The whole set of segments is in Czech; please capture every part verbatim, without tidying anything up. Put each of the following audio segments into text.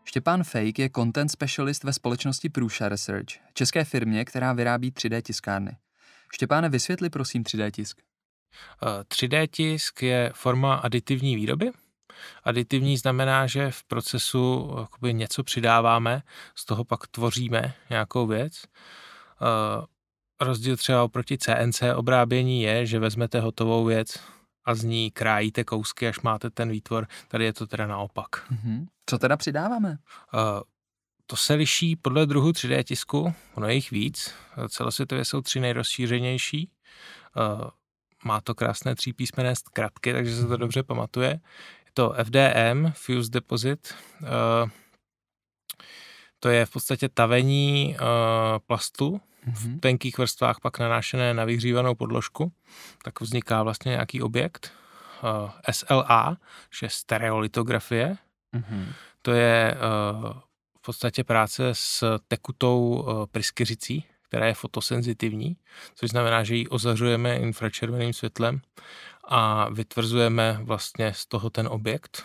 Štěpán Fejk je content specialist ve společnosti Prusa Research, české firmě, která vyrábí tři dé tiskárny. Štěpáne, vysvětli prosím tři dé tisk. tři dé tisk je forma aditivní výroby. Aditivní znamená, že v procesu jakoby něco přidáváme, z toho pak tvoříme nějakou věc. Rozdíl třeba oproti C N C obrábění je, že vezmete hotovou věc a z ní krájíte kousky, až máte ten výtvor. Tady je to teda naopak. Mm-hmm. Co teda přidáváme? To se liší podle druhu tři dé tisku, ono je jich víc. Celosvětově jsou tři nejrozšířenější. Má to krásné třípísmenné zkratky, takže se to dobře pamatuje. Je to F D M, Fused Deposit. To je v podstatě tavení plastu v tenkých vrstvách, pak nanášené na vyhřívanou podložku. Tak vzniká vlastně nějaký objekt. S L A, že je stereolitografie. Mm-hmm. To je v podstatě práce s tekutou pryskyřicí, která je fotosenzitivní, což znamená, že ji ozařujeme infračerveným světlem a vytvrzujeme vlastně z toho ten objekt.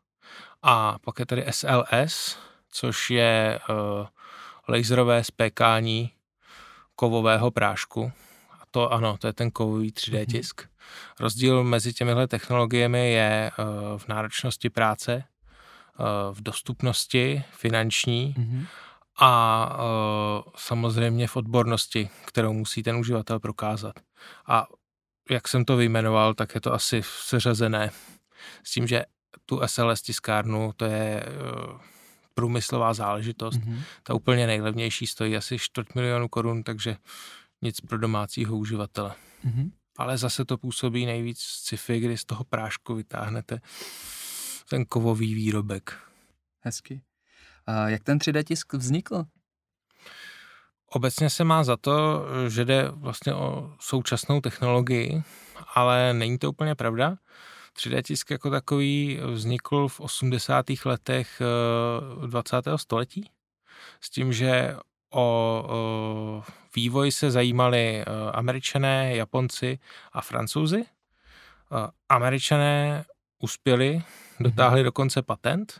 A pak je tady S L S, což je uh, laserové spékání kovového prášku. A to ano, to je ten kovový tři dé tisk. Mm-hmm. Rozdíl mezi těmihle technologiemi je uh, v náročnosti práce, uh, v dostupnosti finanční, mm-hmm. a uh, samozřejmě v odbornosti, kterou musí ten uživatel prokázat. A jak jsem to vyjmenoval, tak je to asi seřazené s tím, že tu S L S tiskárnu, to je uh, průmyslová záležitost. Mm-hmm. Ta úplně nejlevnější stojí asi čtvrt milionu korun, takže nic pro domácího uživatele. Mm-hmm. Ale zase to působí nejvíc sci-fi, kdy z toho prášku vytáhnete ten kovový výrobek. Hezky. A jak ten tři dé tisk vznikl? Obecně se má za to, že jde vlastně o současnou technologii, ale není to úplně pravda. tři dé tisk jako takový vznikl v osmdesátých letech dvacátého století s tím, že o, o vývoj se zajímali Američané, Japonci a Francouzi. Američané uspěli, dotáhli dokonce patent.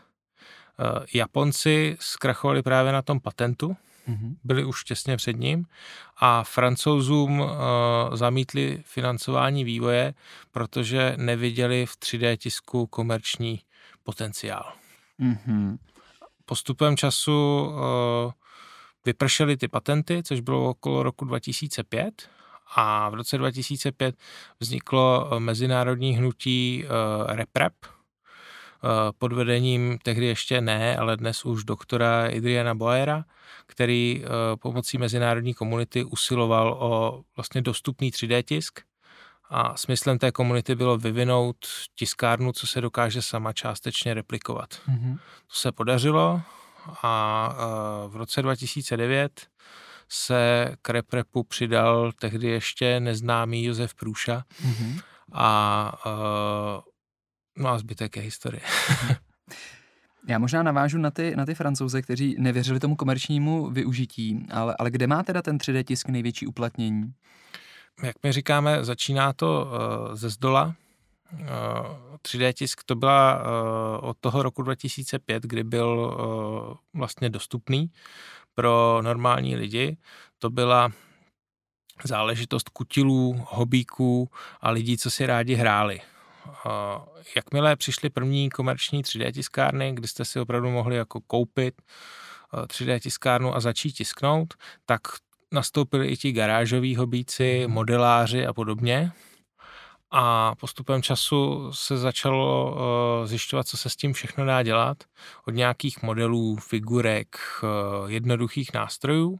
Japonci zkrachovali právě na tom patentu, byli už těsně před ním a Francouzům uh, zamítli financování vývoje, protože neviděli v tři dé tisku komerční potenciál. Mm-hmm. Postupem času uh, vypršely ty patenty, což bylo okolo roku dva tisíce pět a v roce dva tisíce pět vzniklo mezinárodní hnutí uh, RepRap, pod vedením tehdy ještě ne, ale dnes už doktora Adriana Boyera, který pomocí mezinárodní komunity usiloval o vlastně dostupný tři dé tisk a smyslem té komunity bylo vyvinout tiskárnu, co se dokáže sama částečně replikovat. Mm-hmm. To se podařilo a v roce dva tisíce devět se k RepRapu přidal tehdy ještě neznámý Josef Prusa mm-hmm. a no a zbytek je historie. Já možná navážu na ty, na ty Francouze, kteří nevěřili tomu komerčnímu využití, ale, ale kde má teda ten tři dé tisk největší uplatnění? Jak my říkáme, začíná to uh, ze zdola. Uh, tři dé tisk to byla uh, od toho roku dva tisíce pět, kdy byl uh, vlastně dostupný pro normální lidi. To byla záležitost kutilů, hobíků a lidí, co si rádi hráli. Jakmile přišly první komerční tři dé tiskárny, kdy jste si opravdu mohli jako koupit tři dé tiskárnu a začít tisknout, tak nastoupili i ti garážoví hobíci, modeláři a podobně. A postupem času se začalo zjišťovat, co se s tím všechno dá dělat. Od nějakých modelů, figurek, jednoduchých nástrojů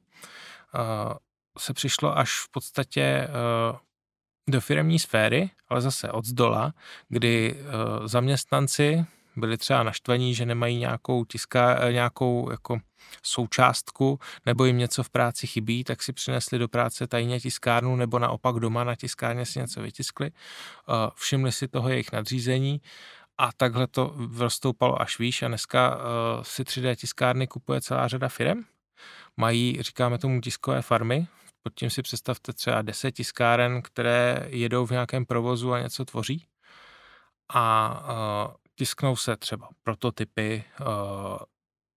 se přišlo až v podstatě do firemní sféry, ale zase od zdola, kdy uh, zaměstnanci byli třeba naštvaní, že nemají nějakou tiska, nějakou jako součástku, nebo jim něco v práci chybí, tak si přinesli do práce tajně tiskárnu, nebo naopak doma na tiskárně si něco vytiskli. Uh, všimli si toho jejich nadřízení a takhle to rozstoupalo až výš a dneska uh, si tři dé tiskárny kupuje celá řada firem. Mají, říkáme tomu, tiskové farmy. Pod tím si představte třeba deset tiskáren, které jedou v nějakém provozu a něco tvoří. A uh, tisknou se třeba prototypy, uh,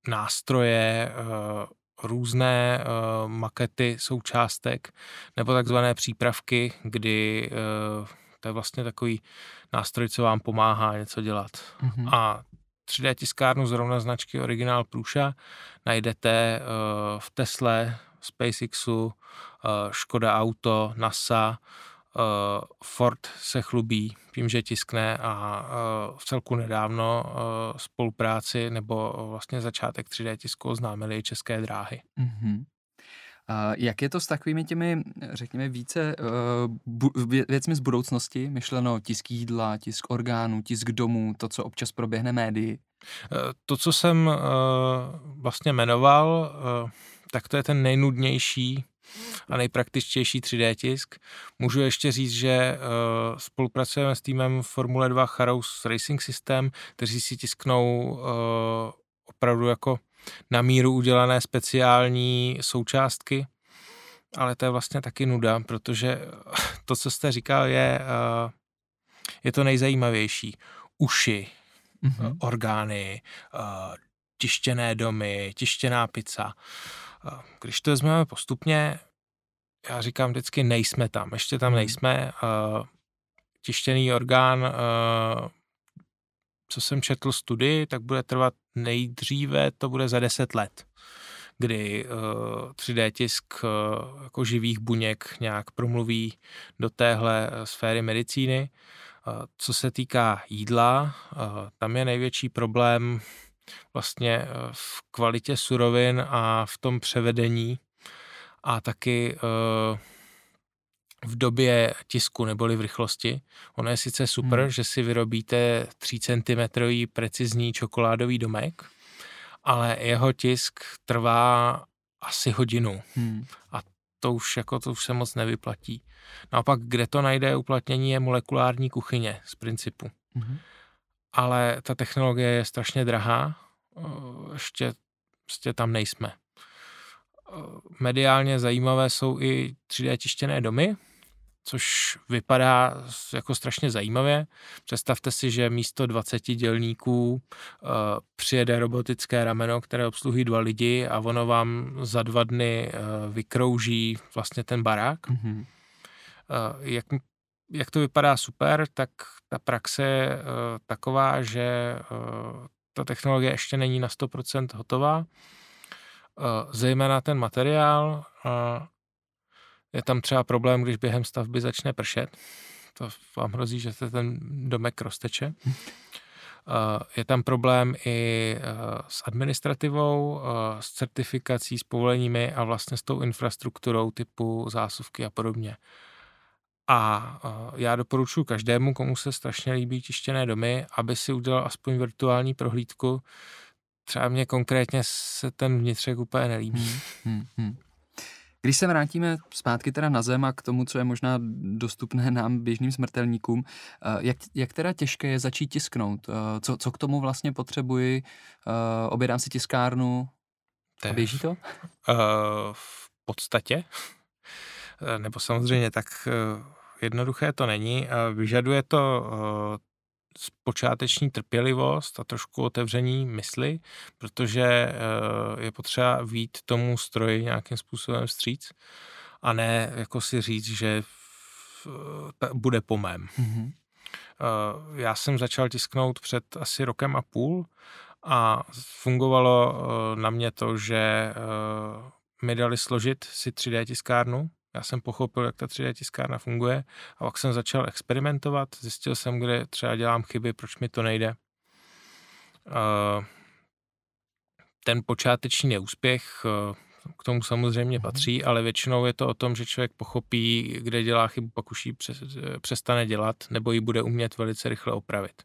nástroje, různé makety součástek nebo takzvané přípravky, kdy to je vlastně takový nástroj, co vám pomáhá něco dělat. Mm-hmm. A tři dé tiskárnu zrovna značky Originál Prusa najdete v Tesle, SpaceXu, Škoda Auto, NASA, Ford se chlubí tím, že tiskne a v celku nedávno spolupráci nebo vlastně začátek tři dé tisku oznámily i České dráhy. Mm-hmm. A jak je to s takovými těmi, řekněme, více uh, bu- věcmi z budoucnosti, myšleno tisk jídla, tisk orgánů, tisk domů, to, co občas proběhne médii? To, co jsem uh, vlastně jmenoval, uh, tak to je ten nejnudnější a nejpraktičtější tři dé tisk. Můžu ještě říct, že uh, spolupracujeme s týmem Formule dva Charouz Racing System, kteří si tisknou uh, opravdu jako na míru udělané speciální součástky, ale to je vlastně taky nuda, protože to, co jste říkal, je, uh, je to nejzajímavější. Uši, mm-hmm. orgány, uh, tištěné domy, tištěná pizza. Uh, když to vezmeme postupně, já říkám vždycky, nejsme tam, ještě tam nejsme. Uh, tištěný orgán, uh, co jsem četl studii, tak bude trvat nejdříve, to bude za deset let, kdy uh, tři dé tisk uh, jako živých buněk nějak promluví do téhle uh, sféry medicíny. Uh, co se týká jídla, uh, tam je největší problém vlastně uh, v kvalitě surovin a v tom převedení a taky uh, v době tisku neboli v rychlosti. Ono je sice super, hmm. že si vyrobíte tři centimetrový precizní čokoládový domek, ale jeho tisk trvá asi hodinu. Hmm. A to už, jako, to už se moc nevyplatí. Naopak, kde to najde uplatnění, je molekulární kuchyně z principu. Hmm. Ale ta technologie je strašně drahá, ještě, ještě tam nejsme. Mediálně zajímavé jsou i tři dé tištěné domy, což vypadá jako strašně zajímavě. Představte si, že místo dvaceti dělníků uh, přijede robotické rameno, které obsluhují dva lidi a ono vám za dva dny uh, vykrouží vlastně ten barák. Mm-hmm. Uh, jak, jak to vypadá super, tak ta praxe je uh, taková, že uh, ta technologie ještě není na sto procent hotová. Uh, zejména ten materiál, uh, je tam třeba problém, když během stavby začne pršet. To vám hrozí, že se ten domek rozteče. Je tam problém i s administrativou, s certifikací, s povoleními a vlastně s tou infrastrukturou typu zásuvky a podobně. A já doporučuji každému, komu se strašně líbí tištěné domy, aby si udělal aspoň virtuální prohlídku. Třeba mě konkrétně se ten vnitřek úplně nelíbí. Hmm, hmm, hmm. Když se vrátíme zpátky teda na zem a k tomu, co je možná dostupné nám běžným smrtelníkům, jak, jak teda těžké je začít tisknout? Co, co k tomu vlastně potřebuji? Objednám si tiskárnu a běží to? V podstatě. Nebo samozřejmě tak jednoduché to není. Vyžaduje to počáteční trpělivost a trošku otevření mysli, protože je potřeba vyjít tomu stroji nějakým způsobem vstříc a ne jako si říct, že bude po mém. Mm-hmm. Já jsem začal tisknout před asi rokem a půl a fungovalo na mě to, že mi dali složit si tři dé tiskárnu. Já jsem pochopil, jak ta tři dé tiskárna funguje a pak jsem začal experimentovat. Zjistil jsem, kde třeba dělám chyby, proč mi to nejde. Ten počáteční neúspěch k tomu samozřejmě patří, ale většinou je to o tom, že člověk pochopí, kde dělá chybu, pak už ji přestane dělat nebo ji bude umět velice rychle opravit.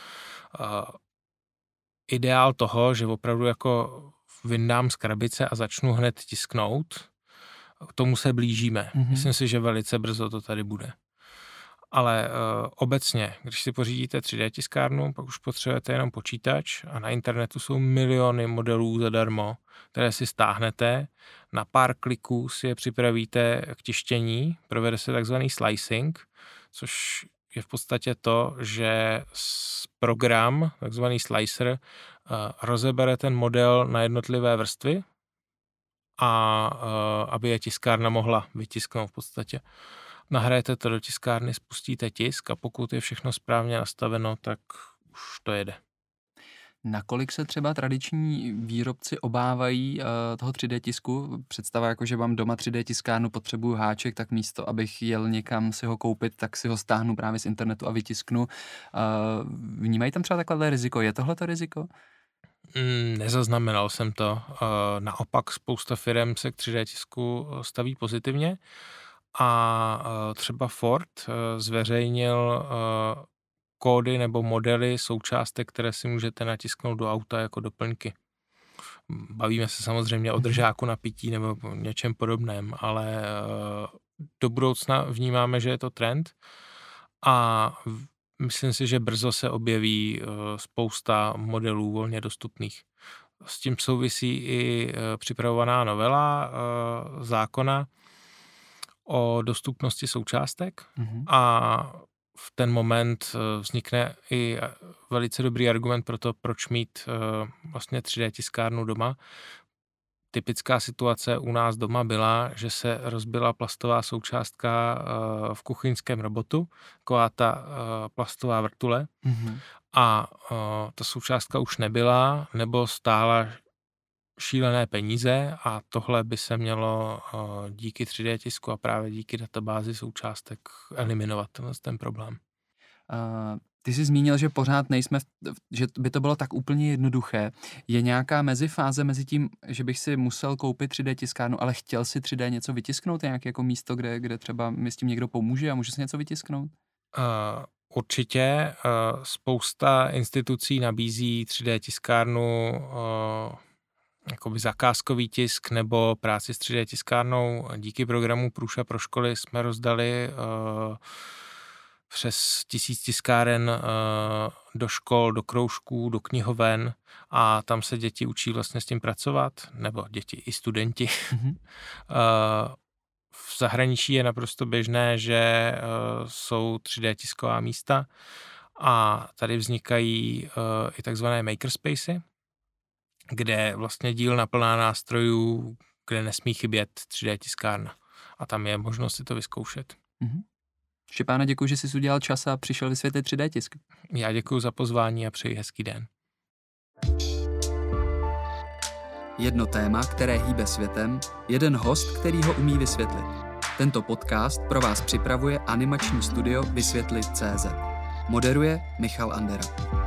Ideál toho, že opravdu jako vyndám z krabice a začnu hned tisknout, k tomu se blížíme. Mm-hmm. Myslím si, že velice brzo to tady bude. Ale uh, obecně, když si pořídíte tři dé tiskárnu, pak už potřebujete jenom počítač a na internetu jsou miliony modelů zadarmo, které si stáhnete, na pár kliků si je připravíte k tištění, provede se takzvaný slicing, což je v podstatě to, že program, takzvaný slicer, rozebere ten model na jednotlivé vrstvy a aby je tiskárna mohla vytisknout v podstatě. Nahrajete to do tiskárny, spustíte tisk a pokud je všechno správně nastaveno, tak už to jede. Nakolik se třeba tradiční výrobci obávají uh, toho tři dé tisku? Představa jako, že mám doma tři dé tiskárnu, potřebuju háček, tak místo, abych jel někam si ho koupit, tak si ho stáhnu právě z internetu a vytisknu. Uh, vnímají tam třeba takové riziko? Je tohle to riziko? Mm, nezaznamenal jsem to. Uh, naopak spousta firem se k tři dé tisku staví pozitivně a uh, třeba Ford uh, zveřejnil uh, kódy nebo modely součástek, které si můžete natisknout do auta jako doplňky. Bavíme se samozřejmě o držáku na pití nebo něčem podobném, ale do budoucna vnímáme, že je to trend a myslím si, že brzo se objeví spousta modelů volně dostupných. S tím souvisí i připravovaná novela zákona o dostupnosti součástek mm-hmm. a v ten moment vznikne i velice dobrý argument pro to, proč mít vlastně tři dé tiskárnu doma. Typická situace u nás doma byla, že se rozbila plastová součástka v kuchyňském robotu, taková ta plastová vrtule mm-hmm. a ta součástka už nebyla nebo stála šílené peníze a tohle by se mělo díky tři dé tisku a právě díky databázi součástek eliminovat ten problém. Uh, ty jsi zmínil, že pořád nejsme, v, že by to bylo tak úplně jednoduché. Je nějaká mezifáze mezi tím, že bych si musel koupit tři dé tiskárnu, ale chtěl si tři dé něco vytisknout, nějaké jako místo, kde, kde třeba mi s tím někdo pomůže a může si něco vytisknout? Uh, určitě. Uh, spousta institucí nabízí tři dé tiskárnu uh, jakoby zakázkový tisk nebo práci s tři dé tiskárnou. Díky programu Průša pro školy jsme rozdali uh, přes tisíc tiskáren uh, do škol, do kroužků, do knihoven a tam se děti učí vlastně s tím pracovat, nebo děti i studenti. Mm-hmm. uh, v zahraničí je naprosto běžné, že uh, jsou tři dé tisková místa a tady vznikají uh, i takzvané makerspacey, kde vlastně dílna plná nástrojů, kde nesmí chybět tři dé tiskárna. A tam je možnost si to vyzkoušet. Mm-hmm. Štěpáne, děkuji, že jsi udělal čas a přišel vysvětlit tři dé tisk. Já děkuji za pozvání a přeji hezký den. Jedno téma, které hýbe světem, jeden host, který ho umí vysvětlit. Tento podcast pro vás připravuje animační studio Vysvětlit tečka cé zet. Moderuje Michal Andera.